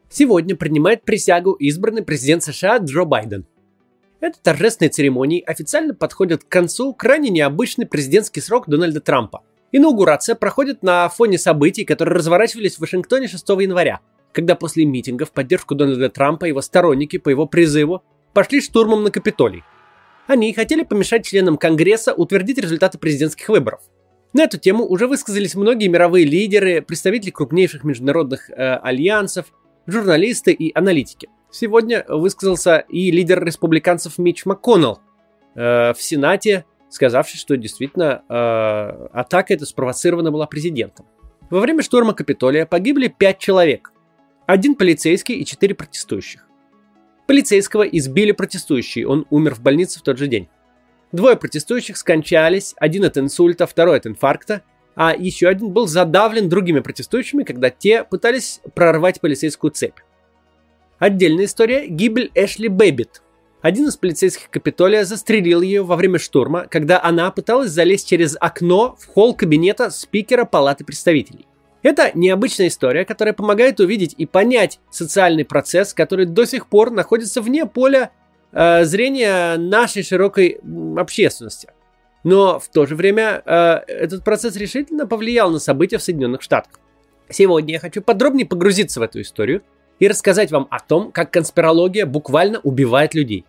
Сегодня принимает присягу избранный президент США Джо Байден. Этой торжественной церемонии официально подходит к концу крайне необычный президентский срок Дональда Трампа. Инаугурация проходит на фоне событий, которые разворачивались в Вашингтоне 6 января, когда после митинга в поддержку Дональда Трампа его сторонники по его призыву пошли штурмом на Капитолий. Они хотели помешать членам Конгресса утвердить результаты президентских выборов. На эту тему уже высказались многие мировые лидеры, представители крупнейших международных альянсов, журналисты и аналитики. Сегодня высказался и лидер республиканцев Митч МакКоннелл в Сенате, сказавший, что действительно атака эта спровоцирована была президентом. Во время штурма Капитолия погибли 5 человек. 1 полицейский и 4 протестующих. Полицейского избили протестующие, он умер в больнице в тот же день. 2 протестующих скончались, 1 от инсульта, 2 от инфаркта, а еще 1 был задавлен другими протестующими, когда те пытались прорвать полицейскую цепь. Отдельная история – гибель Эшли Бэббит. Один из полицейских Капитолия застрелил ее во время штурма, когда она пыталась залезть через окно в холл кабинета спикера Палаты представителей. Это необычная история, которая помогает увидеть и понять социальный процесс, который до сих пор находится вне поля зрения нашей широкой общественности. Но в то же время этот процесс решительно повлиял на события в Соединенных Штатах. Сегодня я хочу подробнее погрузиться в эту историю и рассказать вам о том, как конспирология буквально убивает людей.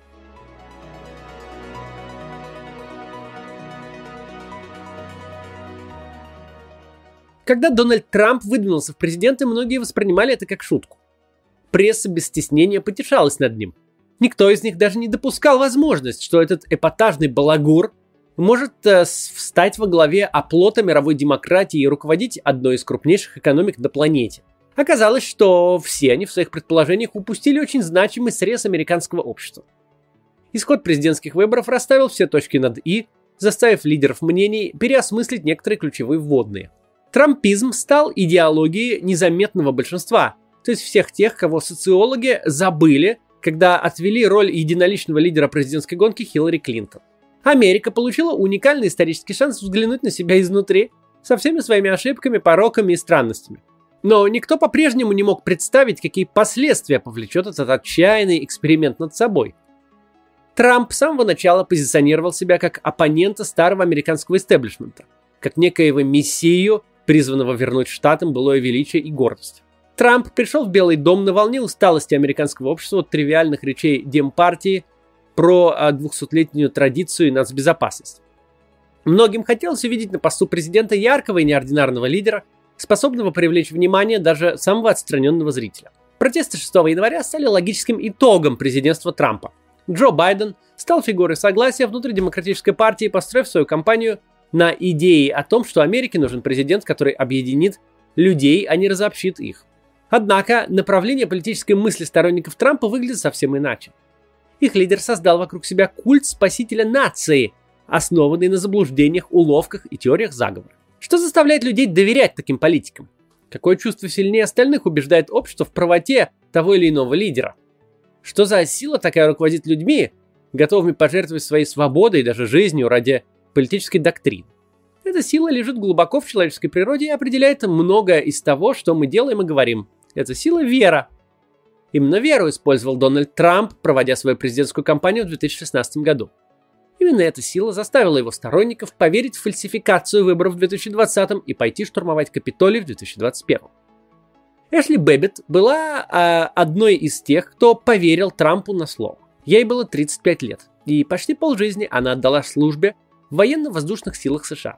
Когда Дональд Трамп выдвинулся в президенты, многие воспринимали это как шутку. Пресса без стеснения потешалась над ним. Никто из них даже не допускал возможность, что этот эпатажный балагур может встать во главе оплота мировой демократии и руководить одной из крупнейших экономик на планете. Оказалось, что все они в своих предположениях упустили очень значимый срез американского общества. Исход президентских выборов расставил все точки над «и», заставив лидеров мнений переосмыслить некоторые ключевые вводные. Трампизм стал идеологией незаметного большинства, то есть всех тех, кого социологи забыли, когда отвели роль единоличного лидера президентской гонки Хиллари Клинтон. Америка получила уникальный исторический шанс взглянуть на себя изнутри, со всеми своими ошибками, пороками и странностями. Но никто по-прежнему не мог представить, какие последствия повлечет этот отчаянный эксперимент над собой. Трамп с самого начала позиционировал себя как оппонента старого американского истеблишмента, как некоего мессию, призванного вернуть штатам былое величие и гордость. Трамп пришел в Белый дом на волне усталости американского общества от тривиальных речей Демпартии про 200-летнюю традицию и нацбезопасность. Многим хотелось увидеть на посту президента яркого и неординарного лидера, способного привлечь внимание даже самого отстраненного зрителя. Протесты 6 января стали логическим итогом президентства Трампа. Джо Байден стал фигурой согласия внутри демократической партии, построив свою кампанию на идее о том, что Америке нужен президент, который объединит людей, а не разобщит их. Однако направление политической мысли сторонников Трампа выглядит совсем иначе. Их лидер создал вокруг себя культ спасителя нации, основанный на заблуждениях, уловках и теориях заговора. Что заставляет людей доверять таким политикам? Какое чувство сильнее остальных убеждает общество в правоте того или иного лидера? Что за сила такая руководит людьми, готовыми пожертвовать своей свободой и даже жизнью ради политической доктрины? Эта сила лежит глубоко в человеческой природе и определяет многое из того, что мы делаем и говорим. Эта сила – вера. Именно веру использовал Дональд Трамп, проводя свою президентскую кампанию в 2016 году. Именно эта сила заставила его сторонников поверить в фальсификацию выборов в 2020 и пойти штурмовать Капитолий в 2021. Эшли Бэббит была одной из тех, кто поверил Трампу на слово. Ей было 35 лет, и почти полжизни она отдала службе в военно-воздушных силах США.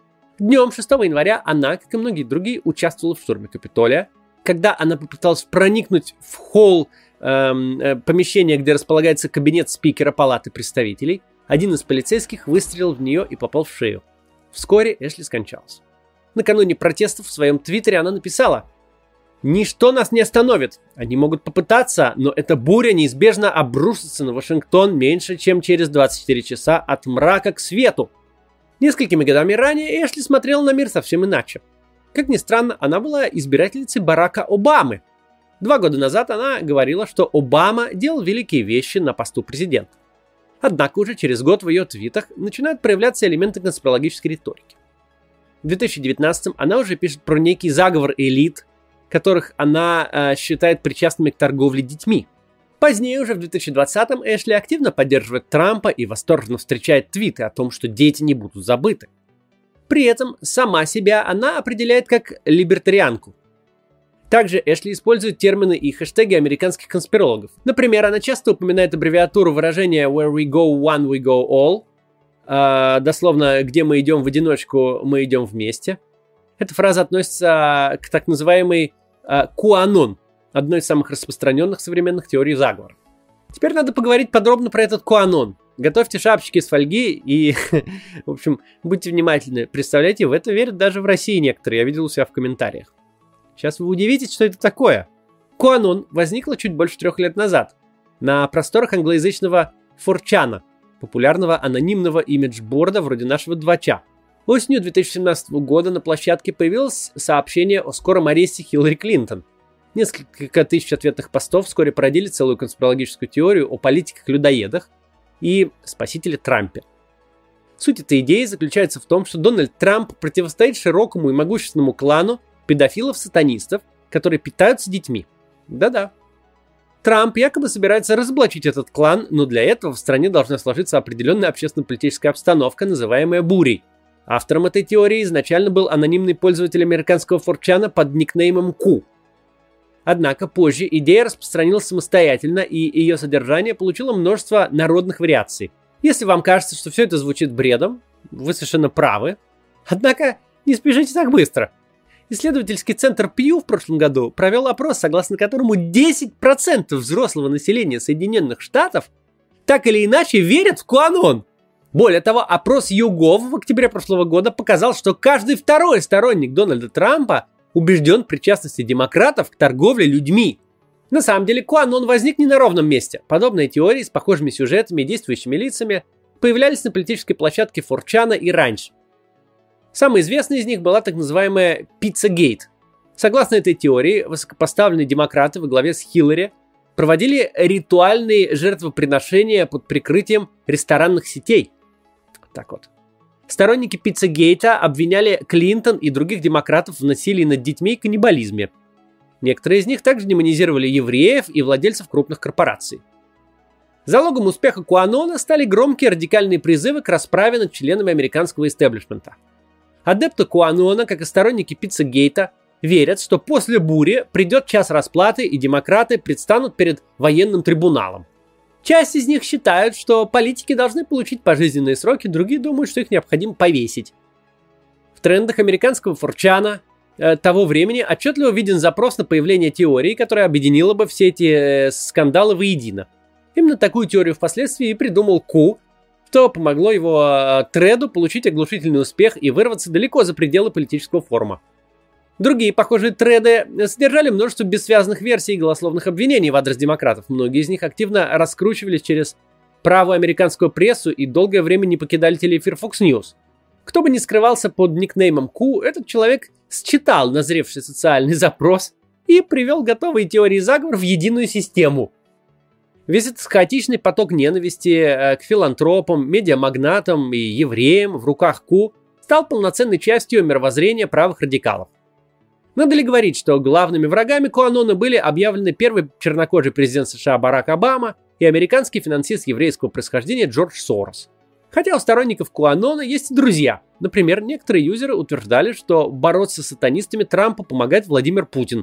Днем 6 января она, как и многие другие, участвовала в штурме Капитолия. Когда она попыталась проникнуть в холл помещения, где располагается кабинет спикера Палаты представителей, один из полицейских выстрелил в нее и попал в шею. Вскоре Эшли скончалась. Накануне протестов в своем твиттере она написала: «Ничто нас не остановит. Они могут попытаться, но эта буря неизбежно обрушится на Вашингтон меньше, чем через 24 часа от мрака к свету». Несколькими годами ранее Эшли смотрела на мир совсем иначе. Как ни странно, она была избирательницей Барака Обамы. 2 года назад она говорила, что Обама делал великие вещи на посту президента. Однако уже через год в ее твитах начинают проявляться элементы конспирологической риторики. В 2019 она уже пишет про некий заговор элит, которых она считает причастными к торговле детьми. Позднее, уже в 2020-м, Эшли активно поддерживает Трампа и восторженно встречает твиты о том, что дети не будут забыты. При этом сама себя она определяет как либертарианку. Также Эшли использует термины и хэштеги американских конспирологов. Например, она часто упоминает аббревиатуру выражения «Where we go one, we go all», дословно «где мы идем в одиночку, мы идем вместе». Эта фраза относится к так называемой QAnon, одной из самых распространенных современных теорий заговора. Теперь надо поговорить подробно про этот QAnon. Готовьте шапочки из фольги и, в общем, будьте внимательны. Представляете, в это верят даже в России некоторые, я видел у себя в комментариях. Сейчас вы удивитесь, что это такое. QAnon возникла чуть больше 3 лет назад на просторах англоязычного 4chan, популярного анонимного имиджборда вроде нашего 2cha. Осенью 2017 года на площадке появилось сообщение о скором аресте Хиллари Клинтон. Несколько тысяч ответных постов вскоре породили целую конспирологическую теорию о политиках-людоедах и спасителе Трампе. Суть этой идеи заключается в том, что Дональд Трамп противостоит широкому и могущественному клану педофилов-сатанистов, которые питаются детьми. Да-да. Трамп якобы собирается разоблачить этот клан, но для этого в стране должна сложиться определенная общественно-политическая обстановка, называемая бурей. Автором этой теории изначально был анонимный пользователь американского 4chan под никнеймом Q. Однако позже идея распространилась самостоятельно, и ее содержание получило множество народных вариаций. Если вам кажется, что все это звучит бредом, вы совершенно правы. Однако не спешите так быстро. Исследовательский центр Pew в прошлом году провел опрос, согласно которому 10% взрослого населения Соединенных Штатов так или иначе верят в QAnon. Более того, опрос YouGov в октябре прошлого года показал, что каждый второй сторонник Дональда Трампа убежден в причастности демократов к торговле людьми. На самом деле, QAnon возник не на ровном месте. Подобные теории с похожими сюжетами и действующими лицами появлялись на политической площадке 4chan и раньше. Самой известной из них была так называемая Pizzagate. Согласно этой теории, высокопоставленные демократы во главе с Хиллари проводили ритуальные жертвоприношения под прикрытием ресторанных сетей. Так вот. Сторонники Пиццагейта обвиняли Клинтон и других демократов в насилии над детьми и каннибализме. Некоторые из них также демонизировали евреев и владельцев крупных корпораций. Залогом успеха QAnon стали громкие радикальные призывы к расправе над членами американского истеблишмента. Адепты QAnon, как и сторонники Пиццагейта, верят, что после бури придет час расплаты и демократы предстанут перед военным трибуналом. Часть из них считают, что политики должны получить пожизненные сроки, другие думают, что их необходимо повесить. В трендах американского 4chan того времени отчетливо виден запрос на появление теории, которая объединила бы все эти скандалы воедино. Именно такую теорию впоследствии и придумал Q, что помогло его треду получить оглушительный успех и вырваться далеко за пределы политического форума. Другие похожие треды содержали множество бессвязных версий и голословных обвинений в адрес демократов. Многие из них активно раскручивались через правую американскую прессу и долгое время не покидали телеэфир Fox News. Кто бы ни скрывался под никнеймом Q, этот человек считал назревший социальный запрос и привел готовые теории заговора в единую систему. Весь этот хаотичный поток ненависти к филантропам, медиамагнатам и евреям в руках Q стал полноценной частью мировоззрения правых радикалов. Надо ли говорить, что главными врагами QAnon были объявлены первый чернокожий президент США Барак Обама и американский финансист еврейского происхождения Джордж Сорос. Хотя у сторонников QAnon есть и друзья. Например, некоторые юзеры утверждали, что бороться с сатанистами Трампа помогает Владимир Путин.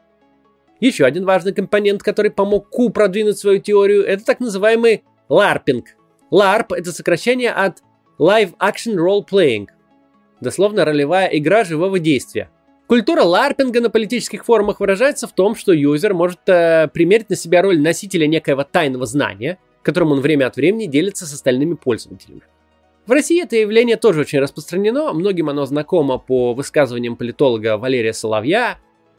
Еще один важный компонент, который помог Q продвинуть свою теорию, это так называемый LARPing. LARP – это сокращение от Live Action Role Playing, дословно ролевая игра живого действия. Культура ларпинга на политических форумах выражается в том, что юзер может примерить на себя роль носителя некоего тайного знания, которым он время от времени делится с остальными пользователями. В России это явление тоже очень распространено, многим оно знакомо по высказываниям политолога Валерия Соловья,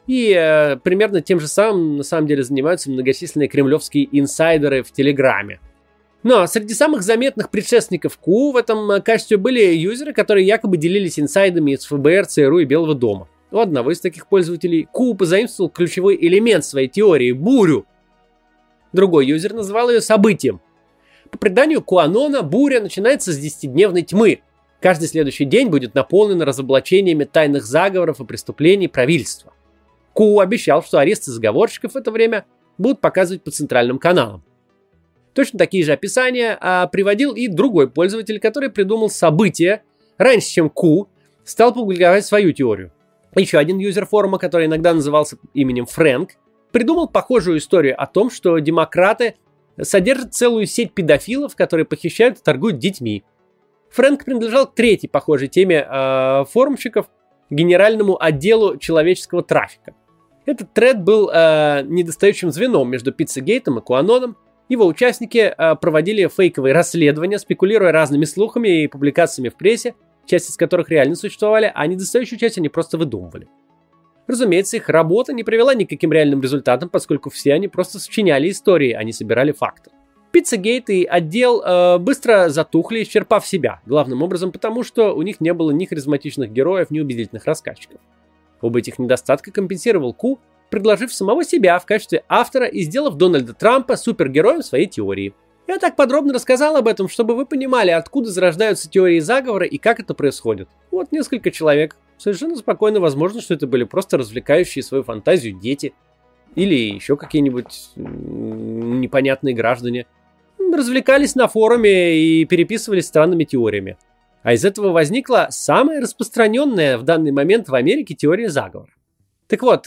и примерно тем же самым на самом деле занимаются многочисленные кремлевские инсайдеры в Телеграме. Но среди самых заметных предшественников Q в этом качестве были юзеры, которые якобы делились инсайдами из ФБР, ЦРУ и Белого дома. У одного из таких пользователей Q позаимствовал ключевой элемент своей теории – бурю. Другой юзер назвал ее событием. По преданию QAnon, буря начинается с 10-дневной тьмы. Каждый следующий день будет наполнен разоблачениями тайных заговоров и преступлений правительства. Ку обещал, что аресты заговорщиков в это время будут показывать по центральным каналам. Точно такие же описания приводил и другой пользователь, который придумал события раньше, чем Ку стал публиковать свою теорию. Еще один юзер форума, который иногда назывался именем Фрэнк, придумал похожую историю о том, что демократы содержат целую сеть педофилов, которые похищают и торгуют детьми. Фрэнк принадлежал к третьей похожей теме форумщиков, генеральному отделу человеческого трафика. Этот тред был недостающим звеном между Пиццагейтом и Куаноном. Его участники проводили фейковые расследования, спекулируя разными слухами и публикациями в прессе, часть из которых реально существовали, а недостающую часть они просто выдумывали. Разумеется, их работа не привела ни к каким реальным результатам, поскольку все они просто сочиняли истории, а не собирали факты. Пиццагейт и отдел быстро затухли, исчерпав себя, главным образом потому, что у них не было ни харизматичных героев, ни убедительных рассказчиков. Оба этих недостатка компенсировал Ку, предложив самого себя в качестве автора и сделав Дональда Трампа супергероем своей теории. Я так подробно рассказал об этом, чтобы вы понимали, откуда зарождаются теории заговора и как это происходит. Вот несколько человек. Совершенно спокойно возможно, что это были просто развлекающие свою фантазию дети. Или еще какие-нибудь непонятные граждане. Развлекались на форуме и переписывались странными теориями. А из этого возникла самая распространенная в данный момент в Америке теория заговора. Так вот,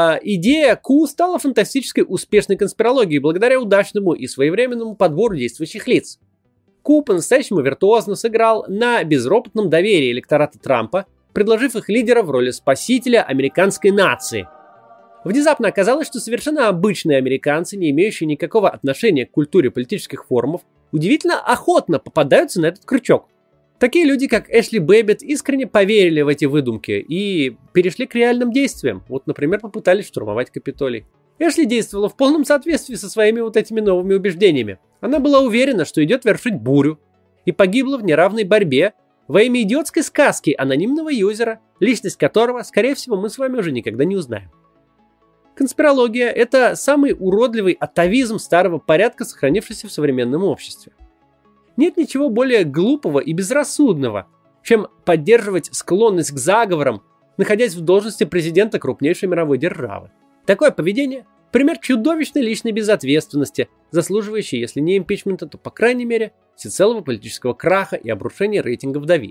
идея Ку стала фантастической успешной конспирологией благодаря удачному и своевременному подбору действующих лиц. Ку по-настоящему виртуозно сыграл на безропотном доверии электората Трампа, предложив их лидера в роли спасителя американской нации. Внезапно оказалось, что совершенно обычные американцы, не имеющие никакого отношения к культуре политических форумов, удивительно охотно попадаются на этот крючок. Такие люди, как Эшли Бэббит, искренне поверили в эти выдумки и перешли к реальным действиям. Вот, например, попытались штурмовать Капитолий. Эшли действовала в полном соответствии со своими вот этими новыми убеждениями. Она была уверена, что идет вершить бурю, и погибла в неравной борьбе во имя идиотской сказки анонимного юзера, личность которого, скорее всего, мы с вами уже никогда не узнаем. Конспирология – это самый уродливый атавизм старого порядка, сохранившийся в современном обществе. Нет ничего более глупого и безрассудного, чем поддерживать склонность к заговорам, находясь в должности президента крупнейшей мировой державы. Такое поведение – пример чудовищной личной безответственности, заслуживающей, если не импичмента, то, по крайней мере, всецелого политического краха и обрушения рейтингов доверия.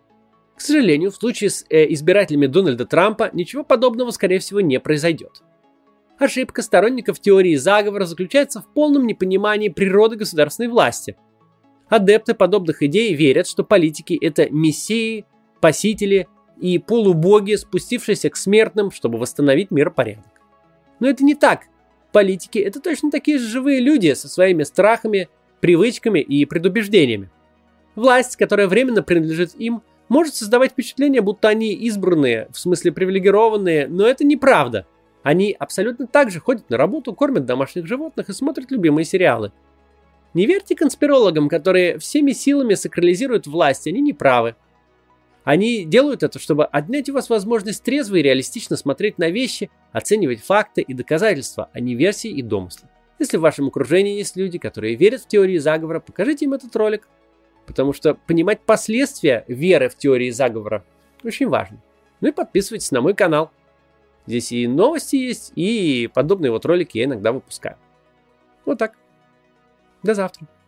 К сожалению, в случае с избирателями Дональда Трампа ничего подобного, скорее всего, не произойдет. Ошибка сторонников теории заговора заключается в полном непонимании природы государственной власти. Адепты подобных идей верят, что политики – это мессии, спасители и полубоги, спустившиеся к смертным, чтобы восстановить миропорядок. Но это не так. Политики – это точно такие же живые люди со своими страхами, привычками и предубеждениями. Власть, которая временно принадлежит им, может создавать впечатление, будто они избранные, в смысле привилегированные, но это неправда. Они абсолютно так же ходят на работу, кормят домашних животных и смотрят любимые сериалы. Не верьте конспирологам, которые всеми силами сакрализируют власть, они не правы. Они делают это, чтобы отнять у вас возможность трезво и реалистично смотреть на вещи, оценивать факты и доказательства, а не версии и домыслы. Если в вашем окружении есть люди, которые верят в теории заговора, покажите им этот ролик. Потому что понимать последствия веры в теории заговора очень важно. Ну и подписывайтесь на мой канал. Здесь и новости есть, и подобные вот ролики я иногда выпускаю. Вот так. До завтра.